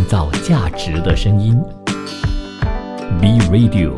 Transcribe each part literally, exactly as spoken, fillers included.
造价值的声音 B Radio。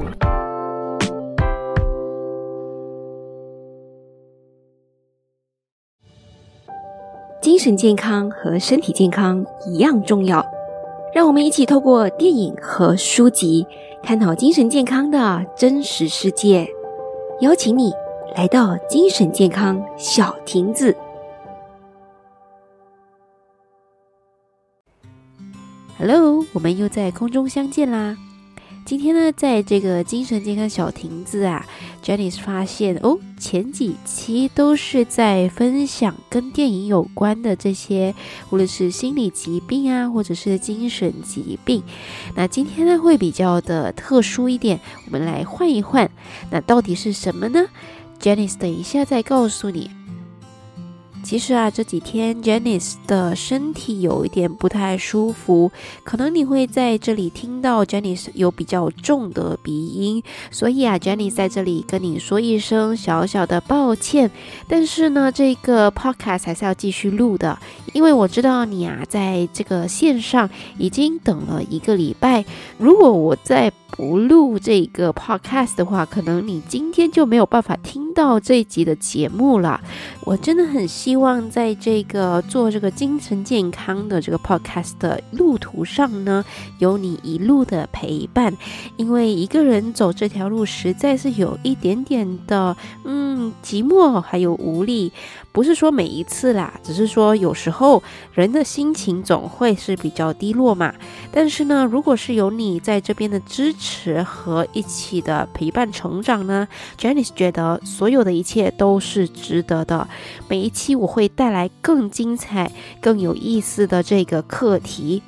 精神健康和身体健康一样重要，让我们一起透过电影和书籍探讨精神健康的真实世界，邀请你来到精神健康小亭子。Hello， 我们又在空中相见啦。今天呢，在这个精神健康小亭子啊 Janice 发现哦，前几期都是在分享跟电影有关的这些，无论是心理疾病啊，或者是精神疾病。那今天呢，会比较的特殊一点，我们来换一换。那到底是什么呢？ Janice 等一下再告诉你。其实啊，这几天 Janice 的身体有一点不太舒服，可能你会在这里听到 Janice 有比较重的鼻音，所以啊 Janice 在这里跟你说一声小小的抱歉。但是呢，这个 podcast 还是要继续录的，因为我知道你啊，在这个线上已经等了一个礼拜。如果我再不录这个 podcast 的话，可能你今天就没有办法听到这一集的节目了。我真的很希望在这个做这个精神健康的这个 podcast 的路途上呢，有你一路的陪伴，因为一个人走这条路实在是有一点点的嗯寂寞还有无力。不是说每一次啦，只是说有时候人的心情总会是比较低落嘛。但是呢，如果是有你在这边的支持和一起的陪伴成长呢， Janice 觉得所有的一切都是值得的。每一期我会带来更精彩更有意思的这个课题。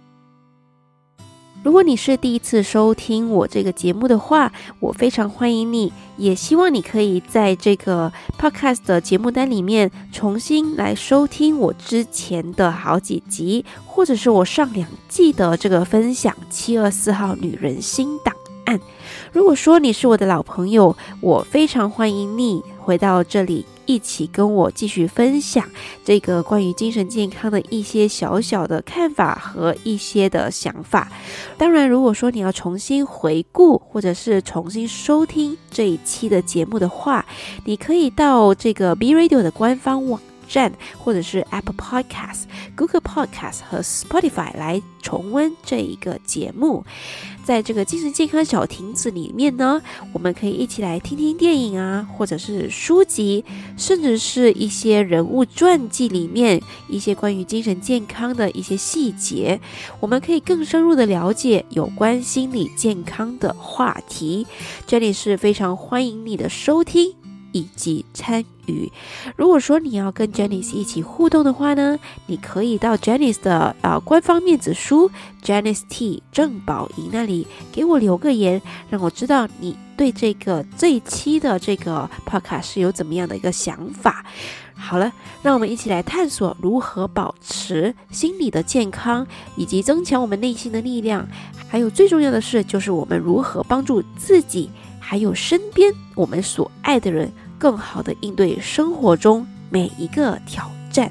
如果你是第一次收听我这个节目的话，我非常欢迎你，也希望你可以在这个 podcast 的节目单里面重新来收听我之前的好几集，或者是我上两季的这个分享七二四号女人心档案。如果说你是我的老朋友，我非常欢迎你回到这里，一起跟我继续分享这个关于精神健康的一些小小的看法和一些的想法。当然，如果说你要重新回顾或者是重新收听这一期的节目的话，你可以到这个 B Radio 的官方网站，或者是 Apple Podcast、Google Podcast 和 Spotify 来重温这一个节目。在这个精神健康小亭子里面呢，我们可以一起来听听电影啊，或者是书籍，甚至是一些人物传记里面一些关于精神健康的一些细节，我们可以更深入的了解有关心理健康的话题。这里是非常欢迎你的收听以及参与。如果说你要跟 Janice 一起互动的话呢，你可以到 Janice 的、呃、官方面子书 Janice T 郑宝仪那里给我留个言，让我知道你对这个这一期的这个 podcast 是有怎么样的一个想法。好了，让我们一起来探索如何保持心理的健康，以及增强我们内心的力量，还有最重要的是，就是我们如何帮助自己还有身边我们所爱的人更好的应对生活中每一个挑战。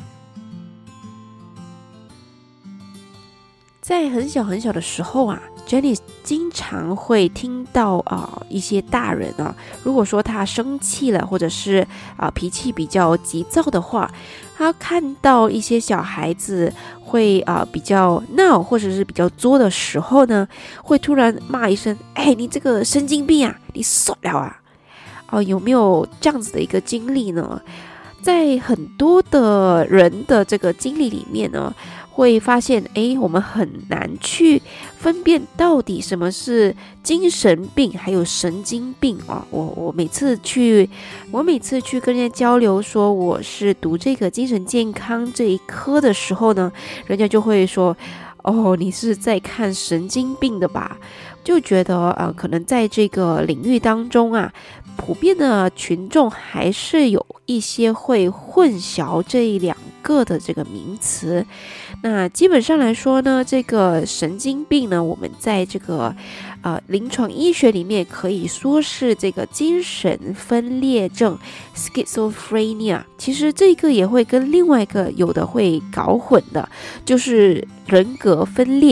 在很小很小的时候啊 Janice 经常会听到啊、呃、一些大人啊，如果说他生气了，或者是啊、呃、脾气比较急躁的话，他看到一些小孩子会啊、呃、比较闹或者是比较作的时候呢，会突然骂一声：“哎，你这个神经病啊，你傻了啊！”哦，有没有这样子的一个经历呢？在很多的人的这个经历里面呢，会发现，诶，我们很难去分辨到底什么是精神病，还有神经病啊。我我每次去，我每次去跟人家交流说我是读这个精神健康这一科的时候呢，人家就会说，哦，你是在看神经病的吧？就觉得呃，可能在这个领域当中啊，普遍的群众还是有一些会混淆这两个的这个名词。那基本上来说呢，这个神经病呢，我们在这个呃临床医学里面可以说是这个精神分裂症 schizophrenia。其实这个也会跟另外一个有的会搞混的，就是人格分裂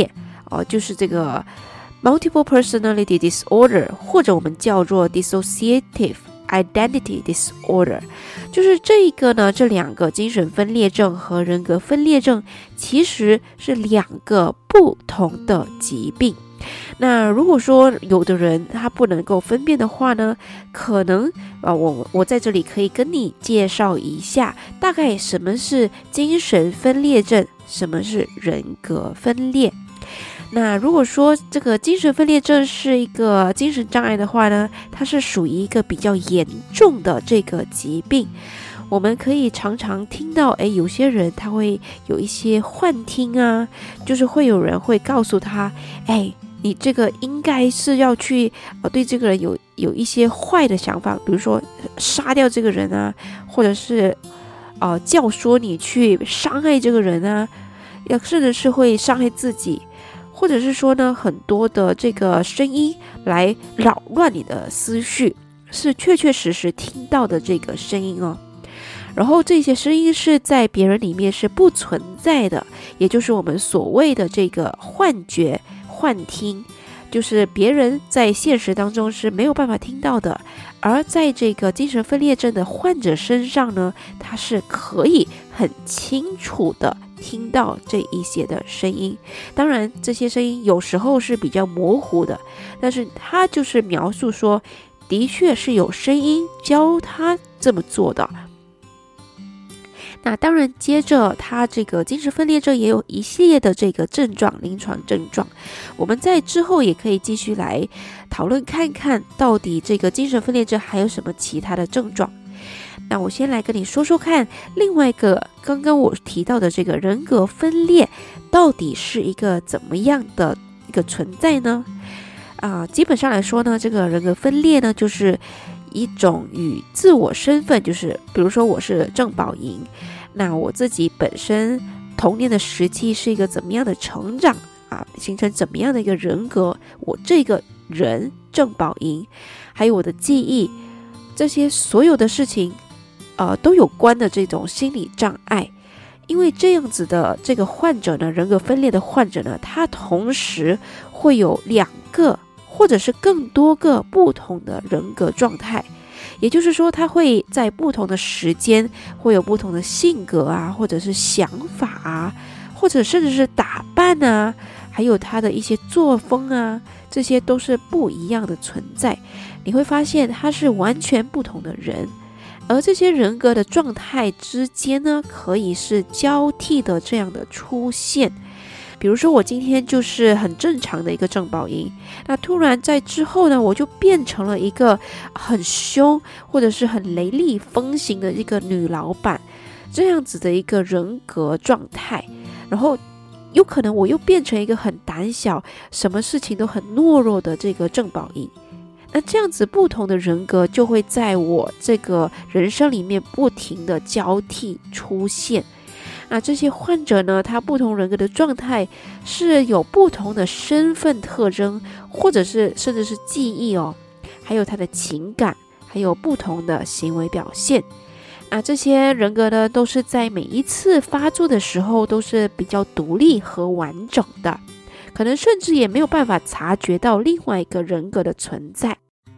哦，就是这个 multiple personality disorder， 或者我们叫做 dissociative identity disorder， 就是这个呢，这两个精神分裂症和人格分裂症其实是两个不同的疾病。那如果说有的人他不能够分辨的话呢，可能啊，我我在这里可以跟你介绍一下，大概什么是精神分裂症，什么是人格分裂。那如果说这个精神分裂症是一个精神障碍的话呢，它是属于一个比较严重的这个疾病。我们可以常常听到，诶，有些人他会有一些幻听啊，就是会有人会告诉他，诶，你这个应该是要去呃对这个人有有一些坏的想法，比如说杀掉这个人啊，或者是呃教唆你去伤害这个人啊，要甚至是会伤害自己。或者是说呢，很多的这个声音来扰乱你的思绪，是确确实实听到的这个声音哦。然后这些声音是在别人里面是不存在的，也就是我们所谓的这个幻觉、幻听，就是别人在现实当中是没有办法听到的，而在这个精神分裂症的患者身上呢，他是可以很清楚的听到这一些的声音。当然这些声音有时候是比较模糊的，但是他就是描述说的确是有声音教他这么做的。那当然接着他这个精神分裂症也有一系列的这个症状，临床症状，我们在之后也可以继续来讨论看看到底这个精神分裂症还有什么其他的症状。那我先来跟你说说看，另外一个刚刚我提到的这个人格分裂到底是一个怎么样的一个存在呢？啊、呃，基本上来说呢，这个人格分裂呢，就是一种与自我身份，就是比如说我是郑宝莹，那我自己本身童年的时期是一个怎么样的成长啊，形成怎么样的一个人格，我这个人郑宝莹，还有我的记忆，这些所有的事情呃，都有关的这种心理障碍。因为这样子的这个患者呢，人格分裂的患者呢，他同时会有两个或者是更多个不同的人格状态，也就是说他会在不同的时间会有不同的性格啊，或者是想法啊，或者甚至是打扮啊，还有他的一些作风啊，这些都是不一样的存在。你会发现他是完全不同的人，而这些人格的状态之间呢，可以是交替的这样的出现。比如说我今天就是很正常的一个郑宝莹，那突然在之后呢，我就变成了一个很凶或者是很雷厉风行的一个女老板，这样子的一个人格状态。然后有可能我又变成一个很胆小，什么事情都很懦弱的这个郑宝莹。那这样子不同的人格就会在我这个人生里面不停的交替出现。那这些患者呢，他不同人格的状态是有不同的身份特征，或者是甚至是记忆哦，还有他的情感，还有不同的行为表现。那这些人格呢，都是在每一次发作的时候都是比较独立和完整的，可能甚至也没有办法察觉到另外一个人格的存在。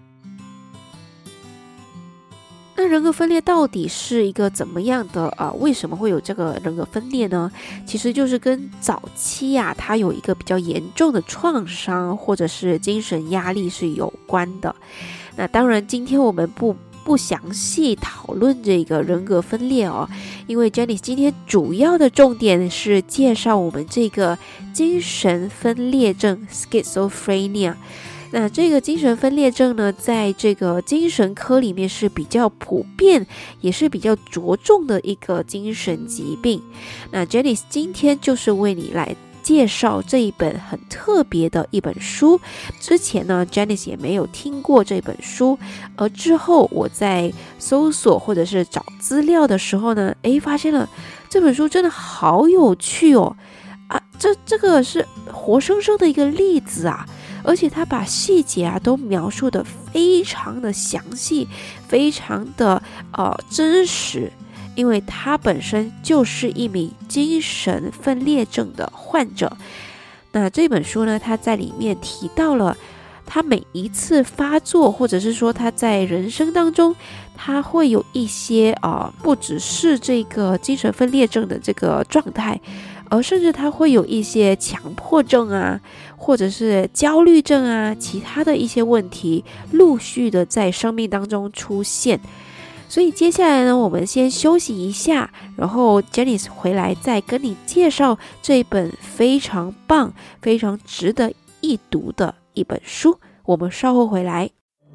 那人格分裂到底是一个怎么样的啊、呃？为什么会有这个人格分裂呢？其实就是跟早期啊，他有一个比较严重的创伤或者是精神压力是有关的。那当然，今天我们不不详细讨论这个人格分裂哦，因为 Janice 今天主要的重点是介绍我们这个精神分裂症 schizophrenia。那这个精神分裂症呢，在这个精神科里面是比较普遍，也是比较着重的一个精神疾病。那 Janice 今天就是为你来介绍这一本很特别的一本书。之前呢 Janice 也没有听过这本书，而之后我在搜索或者是找资料的时候呢，诶，发现了这本书真的好有趣哦啊，这这个是活生生的一个例子啊，而且他把细节啊都描述的非常的详细，非常的呃真实，因为他本身就是一名精神分裂症的患者。 那这本书呢，他在里面提到了他每一次发作，或者是说他在人生当中，他会有一些啊、呃，不只是这个精神分裂症的这个状态，而甚至他会有一些强迫症啊，或者是焦虑症啊，其他的一些问题陆续的在生命当中出现。所以接下来呢，我们先休息一下，然后 Janice 回来再跟你介绍这本非常棒、非常值得一读的一本书。我们稍后回来。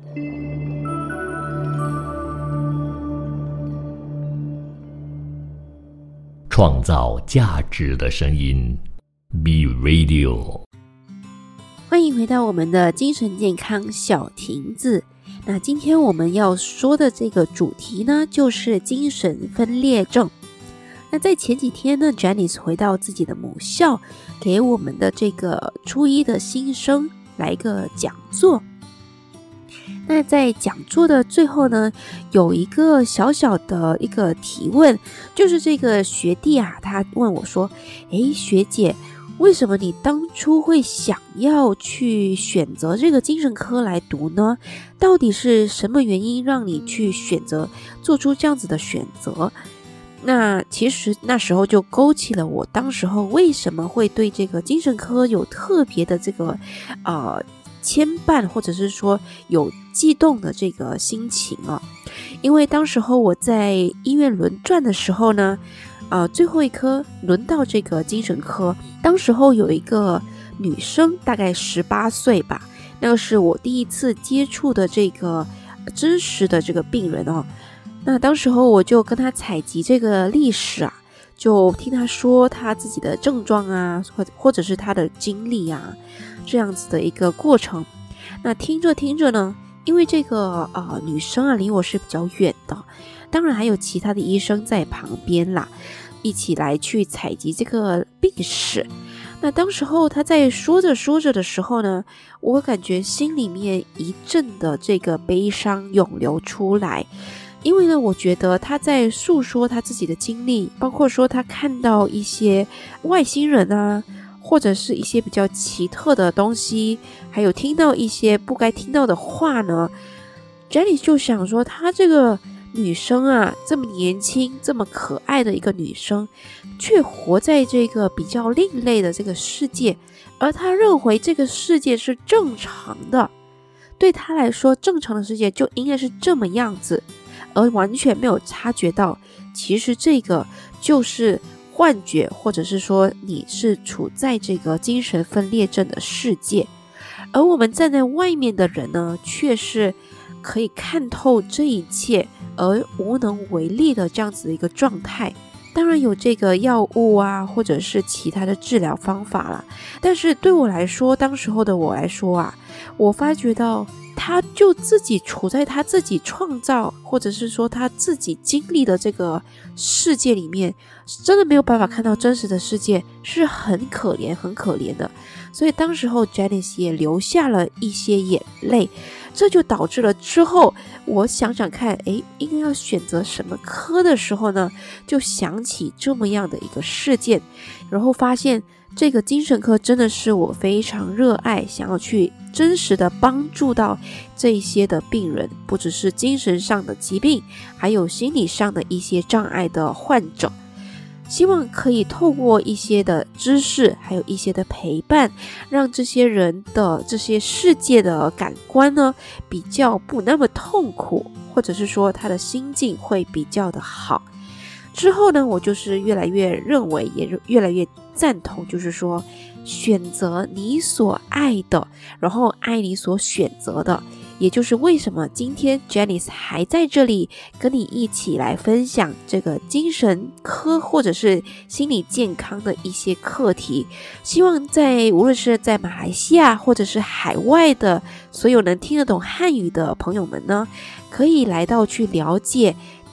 创造价值的声音 Be Radio。 欢迎回到我们的精神健康小亭子。那今天我们要说的这个主题呢，就是精神分裂症。那在前几天呢 Janice 回到自己的母校，给我们的这个初一的新生来一个讲座。那在讲座的最后呢，有一个小小的一个提问，就是这个学弟啊，他问我说，诶，学姐，为什么你当初会想要去选择这个精神科来读呢？到底是什么原因让你去选择做出这样子的选择？那其实那时候就勾起了我当时候为什么会对这个精神科有特别的这个呃牵绊，或者是说有悸动的这个心情啊。因为当时候我在医院轮转的时候呢，呃，最后一科轮到这个精神科，当时候有一个女生，大概十八岁吧，那个是我第一次接触的这个真实的这个病人哦。那当时候我就跟她采集这个历史啊，就听她说她自己的症状啊，或或者是她的经历啊，这样子的一个过程。那听着听着呢，因为这个呃女生啊离我是比较远的，当然还有其他的医生在旁边啦，一起来去采集这个病史。那当时候他在说着说着的时候呢，我感觉心里面一阵的这个悲伤涌流出来。因为呢，我觉得他在诉说他自己的经历，包括说他看到一些外星人啊，或者是一些比较奇特的东西，还有听到一些不该听到的话呢， Jenny 就想说，她这个女生啊，这么年轻这么可爱的一个女生，却活在这个比较另类的这个世界，而她认为这个世界是正常的，对她来说正常的世界就应该是这么样子，而完全没有察觉到其实这个就是幻觉，或者是说你是处在这个精神分裂症的世界。而我们站在外面的人呢，却是可以看透这一切而无能为力的这样子的一个状态。当然有这个药物啊，或者是其他的治疗方法啦，但是对我来说，当时候的我来说啊，我发觉到他就自己处在他自己创造，或者是说他自己经历的这个世界里面，真的没有办法看到真实的世界，是很可怜很可怜的。所以当时候 Janice 也流下了一些眼泪，这就导致了之后我想想看，诶，应该要选择什么科的时候呢，就想起这么样的一个事件，然后发现这个精神科真的是我非常热爱，想要去真实的帮助到这一些的病人，不只是精神上的疾病，还有心理上的一些障碍的患者。希望可以透过一些的知识，还有一些的陪伴，让这些人的这些世界的感官呢，比较不那么痛苦，或者是说他的心境会比较的好。之后呢，我就是越来越认为，也越来越赞同，就是说选择你所爱的，然后爱你所选择的。也就是为什么今天 Janice 还在这里跟你一起来分享这个精神科或者是心理健康的一些课题，希望在无论是在马来西亚或者是海外的所有能听得懂汉语的朋友们呢，可以来到去了解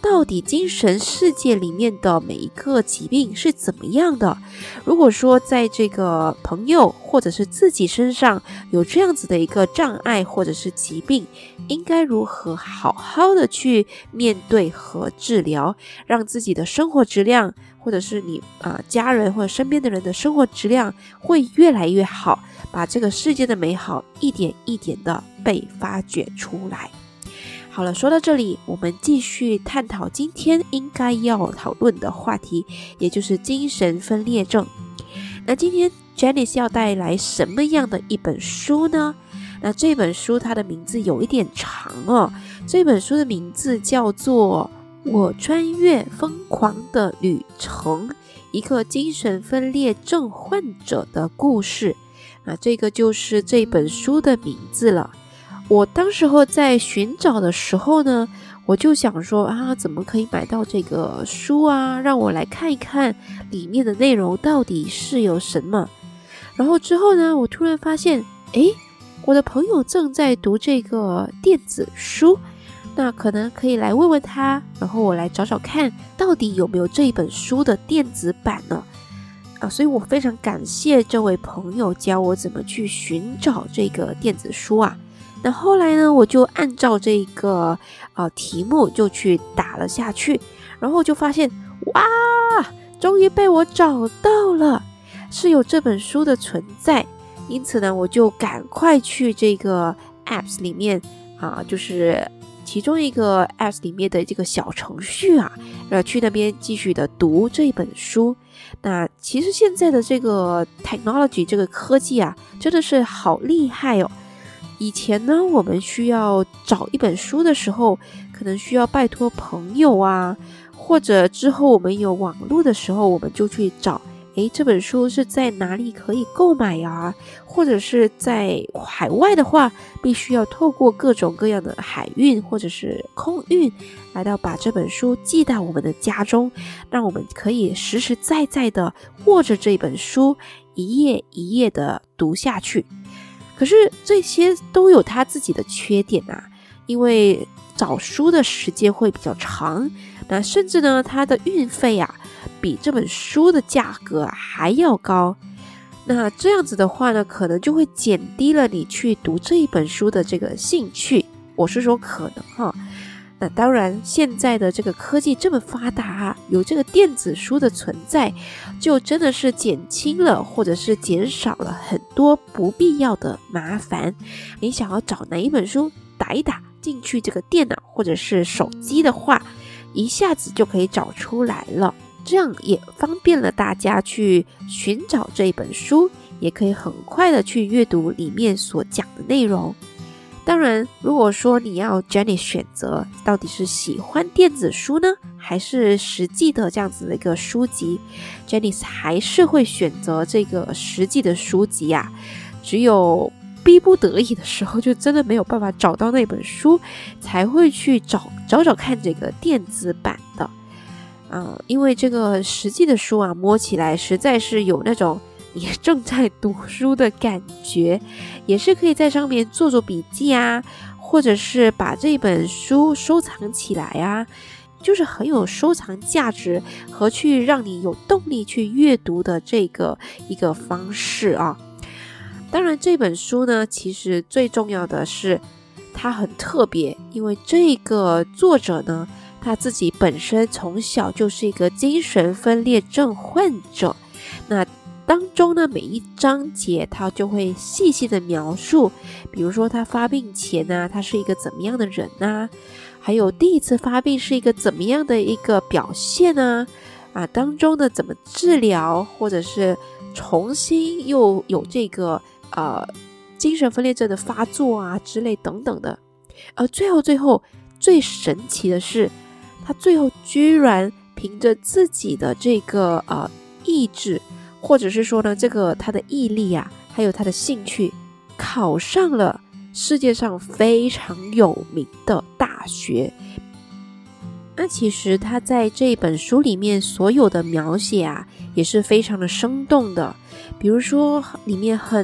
到底精神世界里面的每一个疾病是怎么样的。如果说在这个朋友或者是自己身上有这样子的一个障碍或者是疾病，应该如何好好的去面对和治疗，让自己的生活质量或者是你啊、呃、家人或者身边的人的生活质量会越来越好，把这个世界的美好一点一点的被发掘出来。好了，说到这里，我们继续探讨今天应该要讨论的话题，也就是精神分裂症。那今天 Janice 要带来什么样的一本书呢？那这本书它的名字有一点长哦，这本书的名字叫做《我穿越疯狂的旅程：一个精神分裂症患者的故事》。那这个就是这本书的名字了。我当时候在寻找的时候呢，我就想说啊，怎么可以买到这个书啊？让我来看一看里面的内容到底是有什么。然后之后呢，我突然发现，诶，我的朋友正在读这个电子书，那可能可以来问问他，然后我来找找看到底有没有这一本书的电子版呢？啊，所以我非常感谢这位朋友教我怎么去寻找这个电子书啊。那后来呢，我就按照这个呃题目就去打了下去，然后就发现，哇，终于被我找到了，是有这本书的存在。因此呢，我就赶快去这个 apps 里面啊，就是其中一个 apps 里面的这个小程序啊，呃，去那边继续的读这本书。那其实现在的这个 technology 这个科技啊，真的是好厉害哦。以前呢，我们需要找一本书的时候，可能需要拜托朋友啊，或者之后我们有网络的时候，我们就去找，诶，这本书是在哪里可以购买啊？或者是在海外的话，必须要透过各种各样的海运或者是空运，来到把这本书寄到我们的家中，让我们可以实实在在的握着这本书，一页一页的读下去。可是这些都有它自己的缺点啊，因为找书的时间会比较长，那甚至呢，它的运费啊，比这本书的价格还要高。那这样子的话呢，可能就会减低了你去读这一本书的这个兴趣。我是说可能哈。那当然，现在的这个科技这么发达啊，有这个电子书的存在，就真的是减轻了或者是减少了很多不必要的麻烦。你想要找哪一本书，打一打进去这个电脑或者是手机的话，一下子就可以找出来了。这样也方便了大家去寻找这一本书，也可以很快的去阅读里面所讲的内容。当然，如果说你要 Jenny 选择到底是喜欢电子书呢，还是实际的这样子的一个书籍， Jenny 还是会选择这个实际的书籍啊。只有逼不得已的时候，就真的没有办法找到那本书，才会去找找找看这个电子版的啊、呃，因为这个实际的书啊，摸起来实在是有那种你正在读书的感觉，也是可以在上面做做笔记啊，或者是把这本书收藏起来啊，就是很有收藏价值和去让你有动力去阅读的这个一个方式啊。当然这本书呢，其实最重要的是它很特别，因为这个作者呢，他自己本身从小就是一个精神分裂症患者，那当中呢，每一章节他就会细细的描述，比如说他发病前呢、啊，他是一个怎么样的人啊，还有第一次发病是一个怎么样的一个表现啊，啊，当中的怎么治疗，或者是重新又有这个呃精神分裂症的发作啊之类等等的。而最后最后最神奇的是，他最后居然凭着自己的这个呃意志，或者是说呢，这个他的毅力啊，还有他的兴趣，考上了世界上非常有名的大学。那其实他在这本书里面所有的描写啊，也是非常的生动的。比如说里面很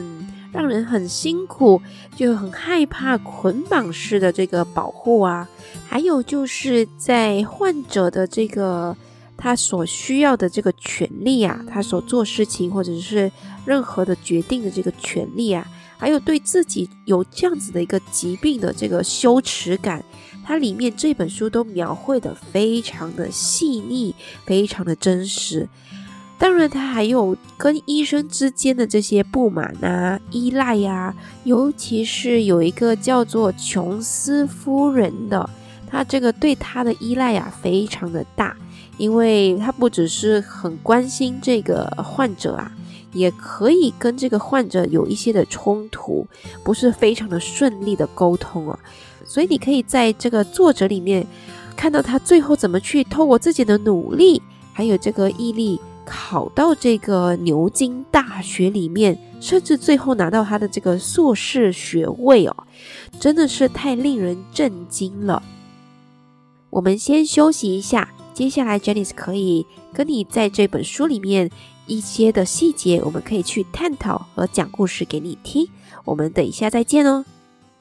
让人很辛苦，就很害怕捆绑式的这个保护啊，还有就是在患者的这个他所需要的这个权利啊，他所做事情或者是任何的决定的这个权利啊，还有对自己有这样子的一个疾病的这个羞耻感，它里面这本书都描绘的非常的细腻，非常的真实。当然它还有跟医生之间的这些不满啊、依赖啊，尤其是有一个叫做琼斯夫人的，她这个对她的依赖啊非常的大，因为她不只是很关心这个患者啊，也可以跟这个患者有一些的冲突，不是非常的顺利的沟通啊。所以你可以在这个作者里面看到他最后怎么去透过自己的努力还有这个毅力考到这个牛津大学里面，甚至最后拿到他的这个硕士学位哦，真的是太令人震惊了。我们先休息一下，接下来 Janice 可以跟你在这本书里面一些的细节，我们可以去探讨和讲故事给你听。我们等一下再见哦。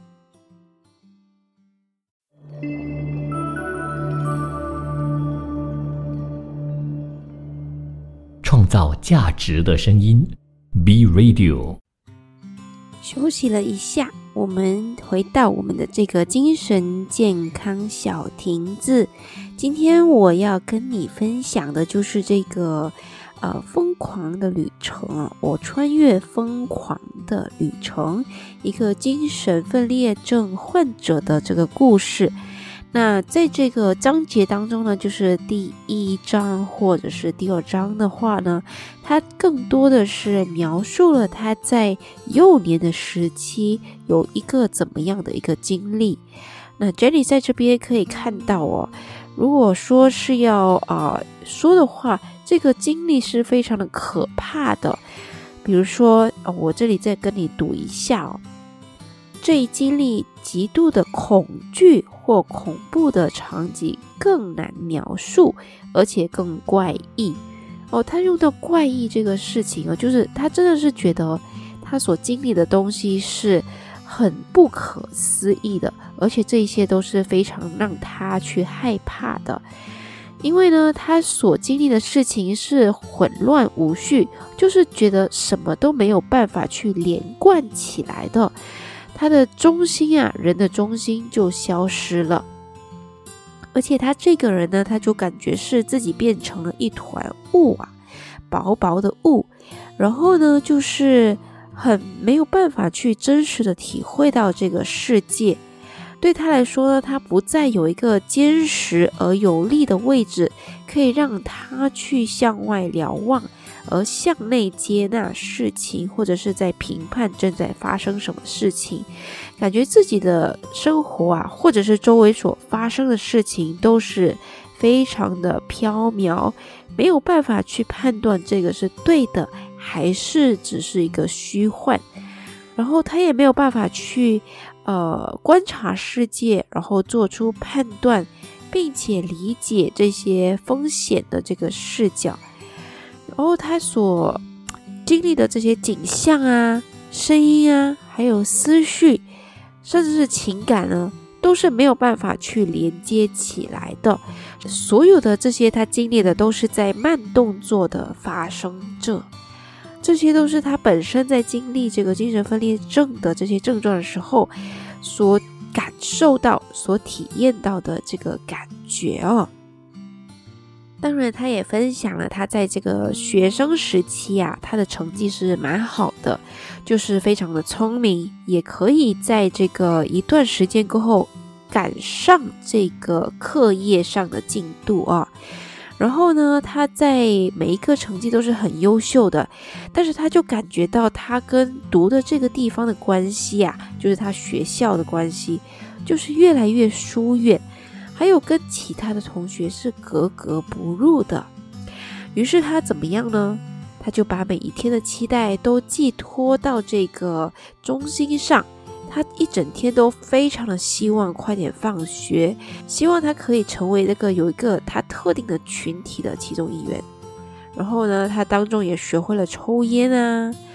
创造价值的声音 B Radio。 休息了一下，我们回到我们的这个精神健康小亭子。今天我要跟你分享的就是这个呃疯狂的旅程啊，我穿越疯狂的旅程，一个精神分裂症患者的这个故事。那在这个章节当中呢，就是第一章或者是第二章的话呢，它更多的是描述了他在幼年的时期有一个怎么样的一个经历。那 Jenny 在这边可以看到哦，如果说是要啊、呃、说的话，这个经历是非常的可怕的。比如说、呃、我这里再跟你读一下哦，这一经历极度的恐惧或恐怖的场景更难描述，而且更怪异哦。他用到怪异这个事情哦，就是他真的是觉得他所经历的东西是很不可思议的，而且这些都是非常让他去害怕的。因为呢，他所经历的事情是混乱无序，就是觉得什么都没有办法去连贯起来的。他的中心啊，人的中心就消失了，而且他这个人呢，他就感觉是自己变成了一团雾啊，薄薄的雾，然后呢，就是很没有办法去真实的体会到这个世界。对他来说呢，他不再有一个坚实而有力的位置，可以让他去向外瞭望，而向内接纳事情，或者是在评判正在发生什么事情。感觉自己的生活啊，或者是周围所发生的事情都是非常的缥缈，没有办法去判断这个是对的还是只是一个虚幻。然后他也没有办法去呃观察世界，然后做出判断，并且理解这些风险的这个视角。然后他所经历的这些景象啊、声音啊，还有思绪，甚至是情感呢，都是没有办法去连接起来的。所有的这些他经历的都是在慢动作的发生着，这些都是他本身在经历这个精神分裂症的这些症状的时候所感受到、所体验到的这个感觉哦。当然他也分享了他在这个学生时期啊，他的成绩是蛮好的，就是非常的聪明，也可以在这个一段时间过后赶上这个课业上的进度啊。然后呢，他在每一个成绩都是很优秀的，但是他就感觉到他跟读的这个地方的关系啊，就是他学校的关系，就是越来越疏远，还有跟其他的同学是格格不入的。于是他怎么样呢？他就把每一天的期待都寄托到这个中心上，他一整天都非常的希望快点放学，希望他可以成为那个有一个他特定的群体的其中一员。然后呢，他当中也学会了抽烟啊，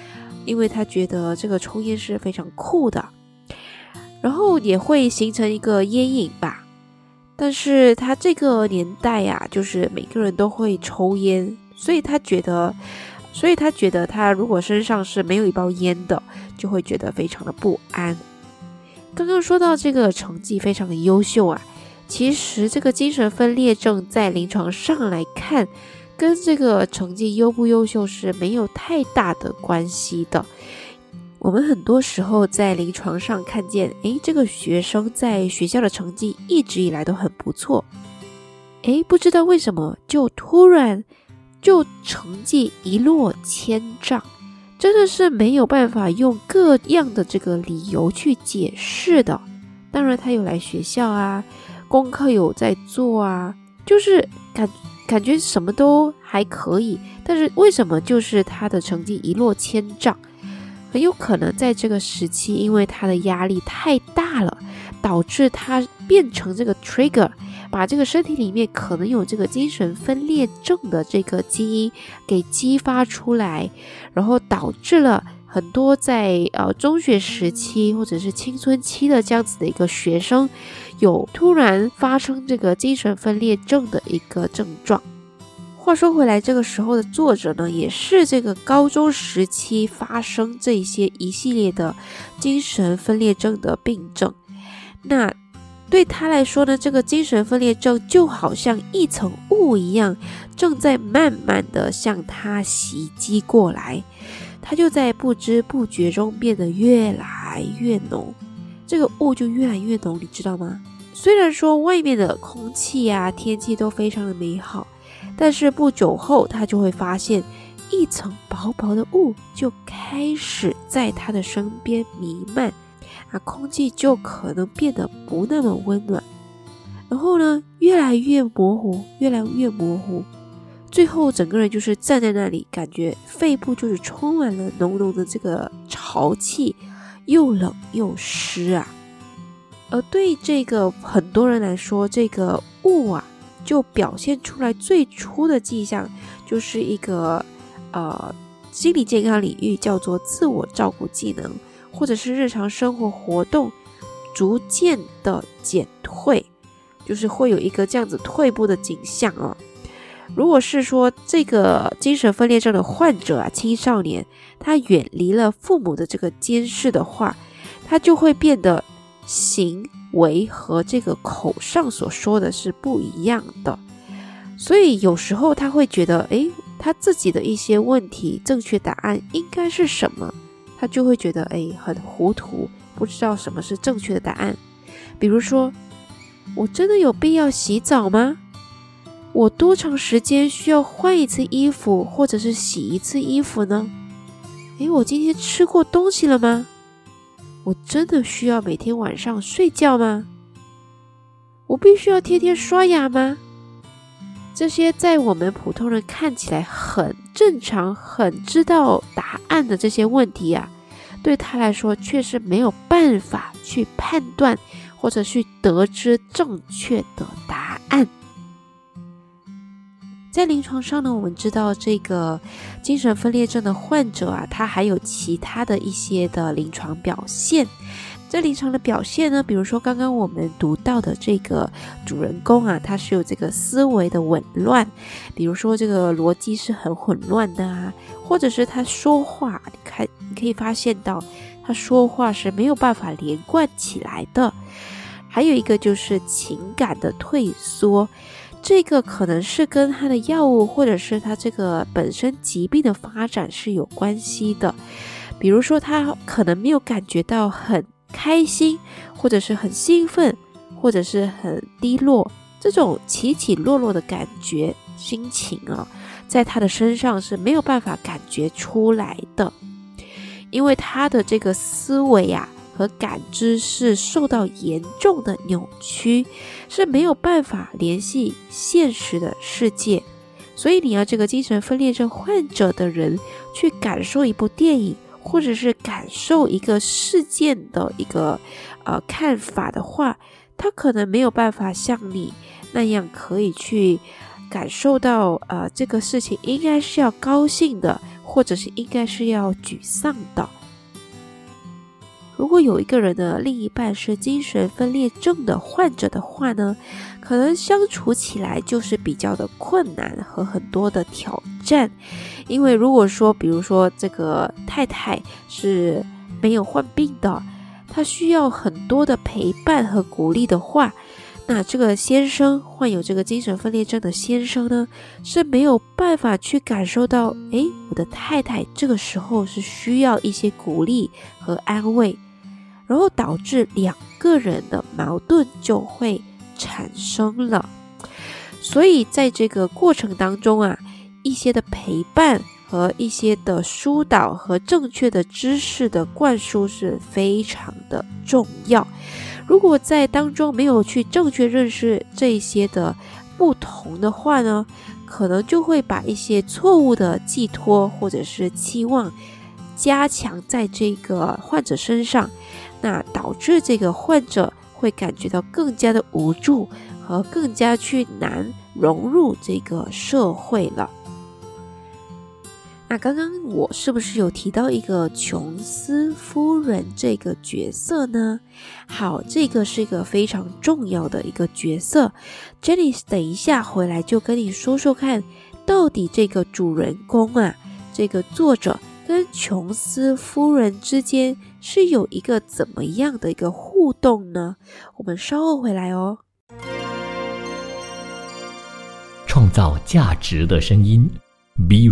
因为他觉得这个抽烟是非常酷的，然后也会形成一个烟瘾吧。但是他这个年代啊，就是每个人都会抽烟，所以他觉得所以他觉得他如果身上是没有一包烟的，就会觉得非常的不安。刚刚说到这个成绩非常的优秀啊，其实这个精神分裂症在临床上来看，跟这个成绩优不优秀是没有太大的关系的。我们很多时候在临床上看见，诶，这个学生在学校的成绩一直以来都很不错，诶，不知道为什么就突然就成绩一落千丈，真的是没有办法用各样的这个理由去解释的。当然他有来学校啊，功课有在做啊，就是感感觉什么都还可以，但是为什么就是他的成绩一落千丈？很有可能在这个时期，因为他的压力太大了，导致他变成这个 trigger， 把这个身体里面可能有这个精神分裂症的这个基因给激发出来，然后导致了很多在呃中学时期或者是青春期的这样子的一个学生，有突然发生这个精神分裂症的一个症状。话说回来，这个时候的作者呢，也是这个高中时期发生这些一系列的精神分裂症的病症。那对他来说呢，这个精神分裂症就好像一层雾一样，正在慢慢的向他袭击过来，他就在不知不觉中变得越来越浓，这个雾就越来越浓，你知道吗？虽然说外面的空气啊、天气都非常的美好，但是不久后他就会发现一层薄薄的雾就开始在他的身边弥漫，啊，空气就可能变得不那么温暖，然后呢越来越模糊，越来越模糊，最后整个人就是站在那里，感觉肺部就是充满了浓浓的这个潮气，又冷又湿啊。而对这个很多人来说，这个雾啊就表现出来最初的迹象，就是一个呃心理健康领域叫做自我照顾技能，或者是日常生活活动逐渐的减退，就是会有一个这样子退步的景象哦。如果是说这个精神分裂症的患者啊，青少年他远离了父母的这个监视的话，他就会变得行为和这个口上所说的是不一样的，所以有时候他会觉得，诶，他自己的一些问题正确答案应该是什么，他就会觉得诶很糊涂，不知道什么是正确的答案。比如说，我真的有必要洗澡吗？我多长时间需要换一次衣服或者是洗一次衣服呢？诶，我今天吃过东西了吗？我真的需要每天晚上睡觉吗？我必须要天天刷牙吗？这些在我们普通人看起来很正常、很知道答案的这些问题啊，对他来说却是没有办法去判断或者去得知正确的答案。在临床上呢，我们知道这个精神分裂症的患者啊，他还有其他的一些的临床表现。这临床的表现呢，比如说刚刚我们读到的这个主人公啊，他是有这个思维的紊乱，比如说这个逻辑是很混乱的啊，或者是他说话，你看你可以发现到他说话是没有办法连贯起来的。还有一个就是情感的退缩，这个可能是跟他的药物或者是他这个本身疾病的发展是有关系的。比如说他可能没有感觉到很开心，或者是很兴奋，或者是很低落，这种起起落落的感觉心情啊，在他的身上是没有办法感觉出来的，因为他的这个思维啊和感知是受到严重的扭曲，是没有办法联系现实的世界。所以你要这个精神分裂症患者的人去感受一部电影，或者是感受一个事件的一个呃看法的话，他可能没有办法像你那样可以去感受到呃这个事情应该是要高兴的， 或者是应该是要沮丧的。如果有一个人的另一半是精神分裂症的患者的话呢，可能相处起来就是比较的困难和很多的挑战。因为如果说比如说这个太太是没有患病的，她需要很多的陪伴和鼓励的话，那这个先生患有这个精神分裂症的先生呢，是没有办法去感受到，诶，我的太太这个时候是需要一些鼓励和安慰，然后导致两个人的矛盾就会产生了。所以在这个过程当中啊，一些的陪伴和一些的疏导和正确的知识的灌输是非常的重要。如果在当中没有去正确认识这些的不同的话呢，可能就会把一些错误的寄托或者是期望加强在这个患者身上，那导致这个患者会感觉到更加的无助和更加去难融入这个社会了。那刚刚我是不是有提到一个琼斯夫人这个角色呢？好，这个是一个非常重要的一个角色。Jenny 等一下回来就跟你说说看，到底这个主人公啊，这个作者跟琼斯夫人之间是有一个怎么样的一个互动呢？我们稍后回来哦。 创造价值的声音 ，B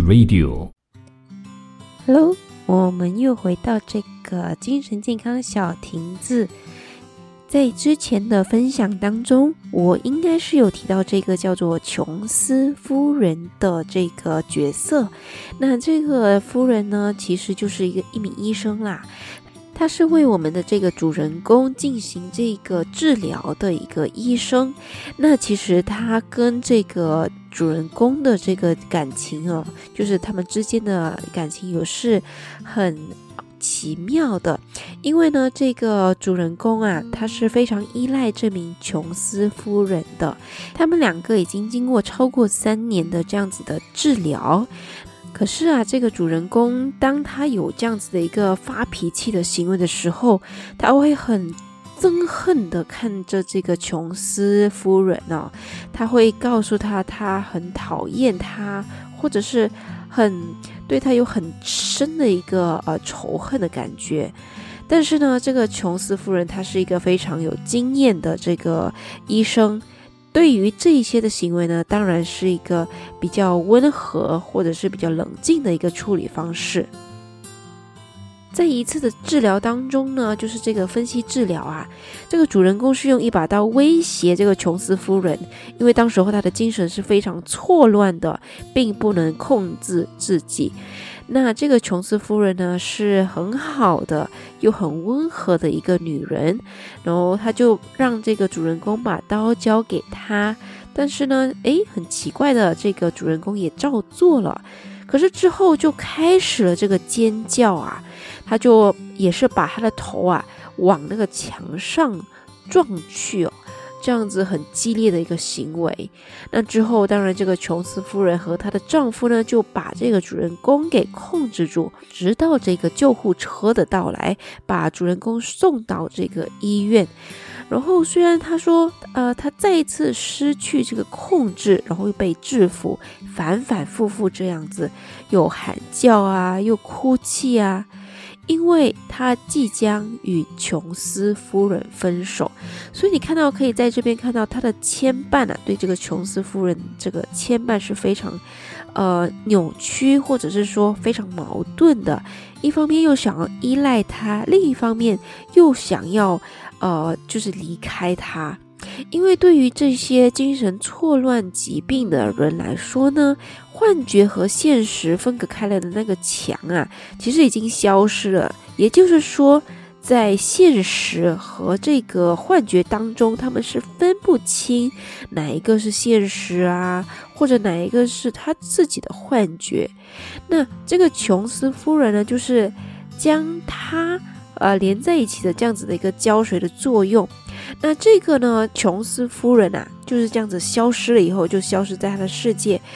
Radio。Hello， 我们又回到这个精神健康小亭子。在之前的分享当中，我应该是有提到这个叫做琼斯夫人的这个角色。那这个夫人呢，其实就是一个一名医生啦。他是为我们的这个主人公进行这个治疗的一个医生。那其实他跟这个主人公的这个感情哦，就是他们之间的感情有是很奇妙的。因为呢，这个主人公啊，他是非常依赖这名琼斯夫人的。他们两个已经经过超过三年的这样子的治疗。可是啊，这个主人公当他有这样子的一个发脾气的行为的时候，他会很憎恨的看着这个琼斯夫人哦，他会告诉他他很讨厌他，或者是很对他有很深的一个呃仇恨的感觉。但是呢，这个琼斯夫人她是一个非常有经验的这个医生，对于这一些的行为呢，当然是一个比较温和或者是比较冷静的一个处理方式。在一次的治疗当中呢，就是这个分析治疗啊，这个主人公是用一把刀威胁这个琼斯夫人，因为当时候他的精神是非常错乱的，并不能控制自己。那这个琼斯夫人呢，是很好的又很温和的一个女人，然后他就让这个主人公把刀交给他，但是呢，诶，很奇怪的，这个主人公也照做了。可是之后就开始了这个尖叫啊，他就也是把他的头啊往那个墙上撞去哦，这样子很激烈的一个行为。那之后当然这个琼斯夫人和她的丈夫呢，就把这个主人公给控制住，直到这个救护车的到来，把主人公送到这个医院。然后虽然他说呃，他再一次失去这个控制，然后又被制服，反反复复这样子，又喊叫啊，又哭泣啊，因为他即将与琼斯夫人分手。所以你看到可以在这边看到他的牵绊啊，对这个琼斯夫人这个牵绊是非常呃扭曲，或者是说非常矛盾的。一方面又想要依赖他，另一方面又想要呃就是离开他。因为对于这些精神错乱疾病的人来说呢，幻觉和现实分隔开来的那个墙啊，其实已经消失了。也就是说，在现实和这个幻觉当中，他们是分不清哪一个是现实啊，或者哪一个是他自己的幻觉。那这个琼斯夫人呢，就是将他呃连在一起的这样子的一个胶水的作用。那这个呢，琼斯夫人啊，就是这样子消失了以后，就消失在他的世界。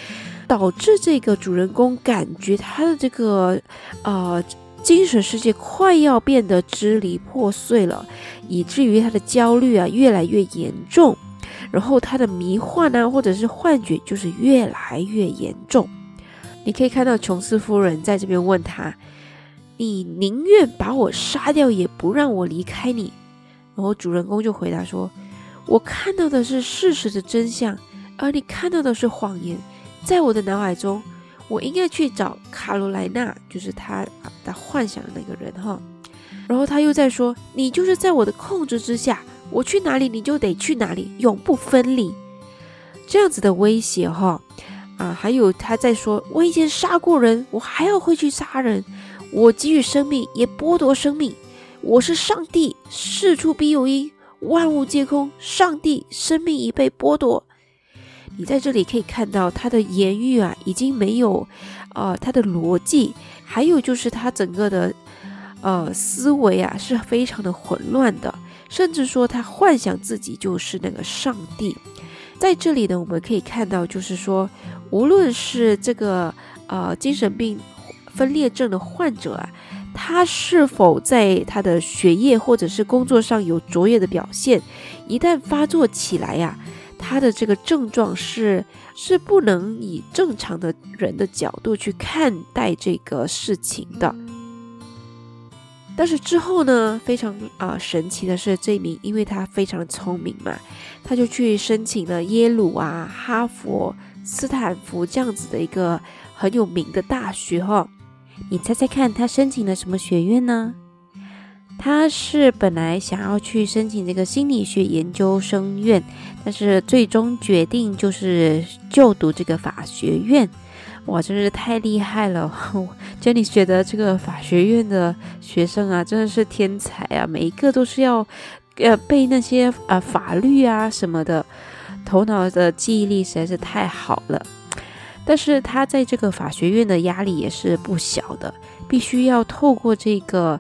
导致这个主人公感觉他的这个呃精神世界快要变得支离破碎了，以至于他的焦虑啊越来越严重，然后他的迷幻啊或者是幻觉就是越来越严重。你可以看到琼斯夫人在这边问他，你宁愿把我杀掉也不让我离开你。然后主人公就回答说，我看到的是事实的真相，而你看到的是谎言。在我的脑海中，我应该去找卡罗莱娜，就是他他幻想的那个人哈。然后他又在说，你就是在我的控制之下，我去哪里你就得去哪里，永不分离。这样子的威胁哈啊，还有他在说，我以前杀过人，我还要回去杀人，我给予生命也剥夺生命，我是上帝，事出必有因，万物皆空，上帝，生命已被剥夺。你在这里可以看到他的言语啊，已经没有呃他的逻辑，还有就是他整个的呃思维啊是非常的混乱的，甚至说他幻想自己就是那个上帝。在这里呢，我们可以看到就是说，无论是这个呃精神病分裂症的患者啊，他是否在他的学业或者是工作上有卓越的表现，一旦发作起来呀、啊，他的这个症状是是不能以正常的人的角度去看待这个事情的。但是之后呢，非常啊、呃、神奇的是，这一名因为他非常聪明嘛，他就去申请了耶鲁啊、哈佛、斯坦福这样子的一个很有名的大学哈。你猜猜看，他申请了什么学院呢？他是本来想要去申请这个心理学研究生院，但是最终决定就是就读这个法学院。哇，真是太厉害了！Jenny 觉得这个法学院的学生啊，真的是天才啊，每一个都是要呃背那些啊法律啊什么的，头脑的记忆力实在是太好了。但是他在这个法学院的压力也是不小的，必须要透过这个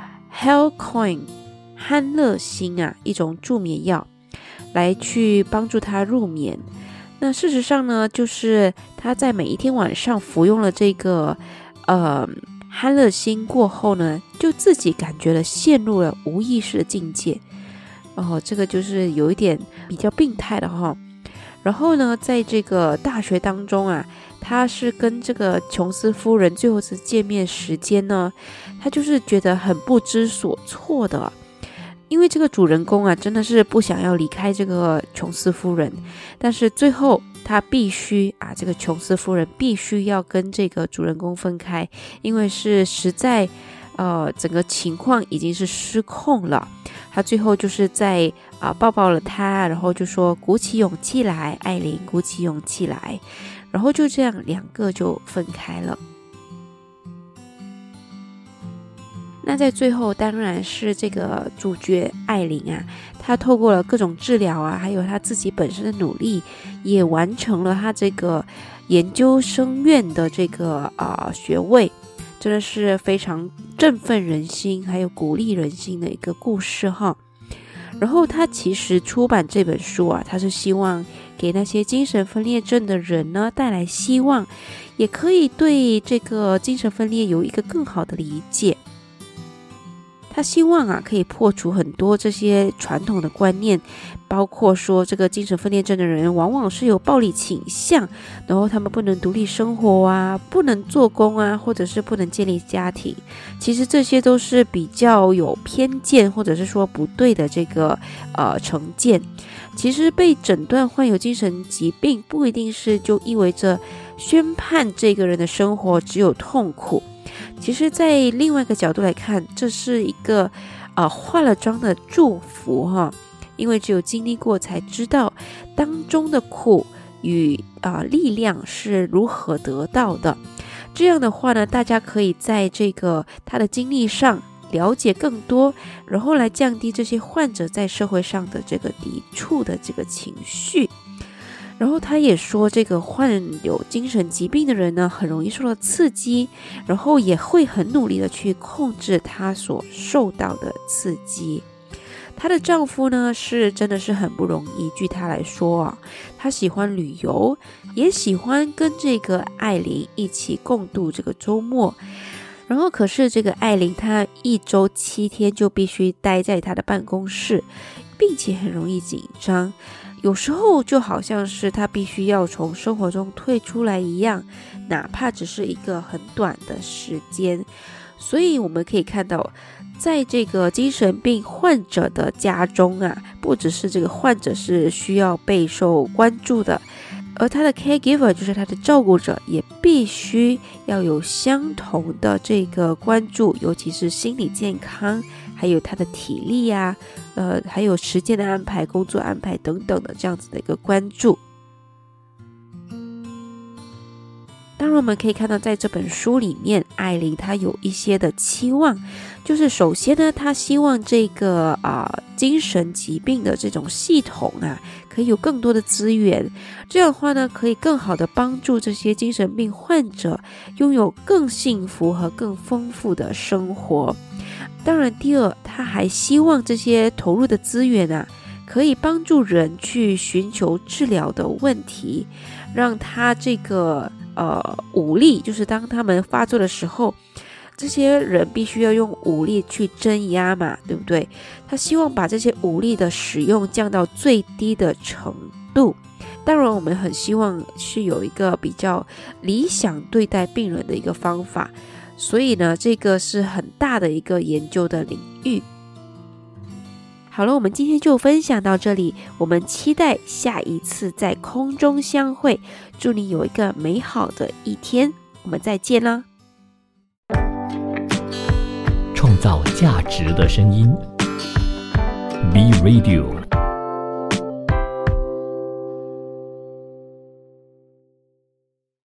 Hellcoin 酣乐星啊一种助眠药来去帮助他入眠。那事实上呢，就是他在每一天晚上服用了这个呃酣乐星过后呢，就自己感觉了陷入了无意识的境界。哦，这个就是有一点比较病态的哈。然后呢，在这个大学当中啊，他是跟这个琼斯夫人最后一次见面时间呢，他就是觉得很不知所措的。因为这个主人公啊，真的是不想要离开这个琼斯夫人，但是最后他必须啊，这个琼斯夫人必须要跟这个主人公分开，因为是实在呃整个情况已经是失控了。他最后就是在啊抱抱了他，然后就说鼓起勇气来，艾琳，鼓起勇气来，然后就这样两个就分开了。那在最后当然是这个主角艾琳啊，她透过了各种治疗啊，还有她自己本身的努力，也完成了她这个研究生院的这个啊、呃、学位，真的是非常振奋人心，还有鼓励人心的一个故事哈。然后他其实出版这本书啊，他是希望给那些精神分裂症的人呢带来希望，也可以对这个精神分裂有一个更好的理解。他希望啊，可以破除很多这些传统的观念，包括说这个精神分裂症的人往往是有暴力倾向，然后他们不能独立生活啊，不能做工啊，或者是不能建立家庭。其实这些都是比较有偏见，或者是说不对的这个呃成见。其实被诊断患有精神疾病，不一定是就意味着宣判这个人的生活只有痛苦。其实在另外一个角度来看，这是一个呃化了妆的祝福哈，因为只有经历过才知道当中的苦与啊、呃、力量是如何得到的。这样的话呢，大家可以在这个他的经历上了解更多，然后来降低这些患者在社会上的这个抵触的这个情绪。然后他也说，这个患有精神疾病的人呢，很容易受到刺激，然后也会很努力的去控制他所受到的刺激。 她的丈夫呢是真的是很不容易，据她来说啊，她喜欢旅游，也喜欢跟这个艾琳一起共度这个周末。然后可是这个艾琳她一周七天就必须待在她的办公室，并且很容易紧张，有时候就好像是她必须要从生活中退出来一样，哪怕只是一个很短的时间。所以我们可以看到，在这个精神病患者的家中啊，不只是这个患者是需要备受关注的，而他的 caregiver 就是他的照顾者也必须要有相同的这个关注，尤其是心理健康，还有他的体力啊，呃，还有时间的安排、工作安排等等的这样子的一个关注。当然我们可以看到在这本书里面，艾琳她有一些的期望，就是首先呢，她希望这个啊、呃、精神疾病的这种系统啊，可以有更多的资源，这样的话呢，可以更好的帮助这些精神病患者拥有更幸福和更丰富的生活。当然第二，她还希望这些投入的资源啊，可以帮助人去寻求治疗的问题，让他这个呃武力，就是当他们发作的时候，这些人必须要用武力去镇压嘛，对不对？他希望把这些武力的使用降到最低的程度。当然我们很希望是有一个比较理想对待病人的一个方法，所以呢，这个是很大的一个研究的领域。好了，我们今天就分享到这里，我们期待下一次在空中相会，祝你有一个美好的一天，我们再见啦！ 创造价值的声音 ，B Radio。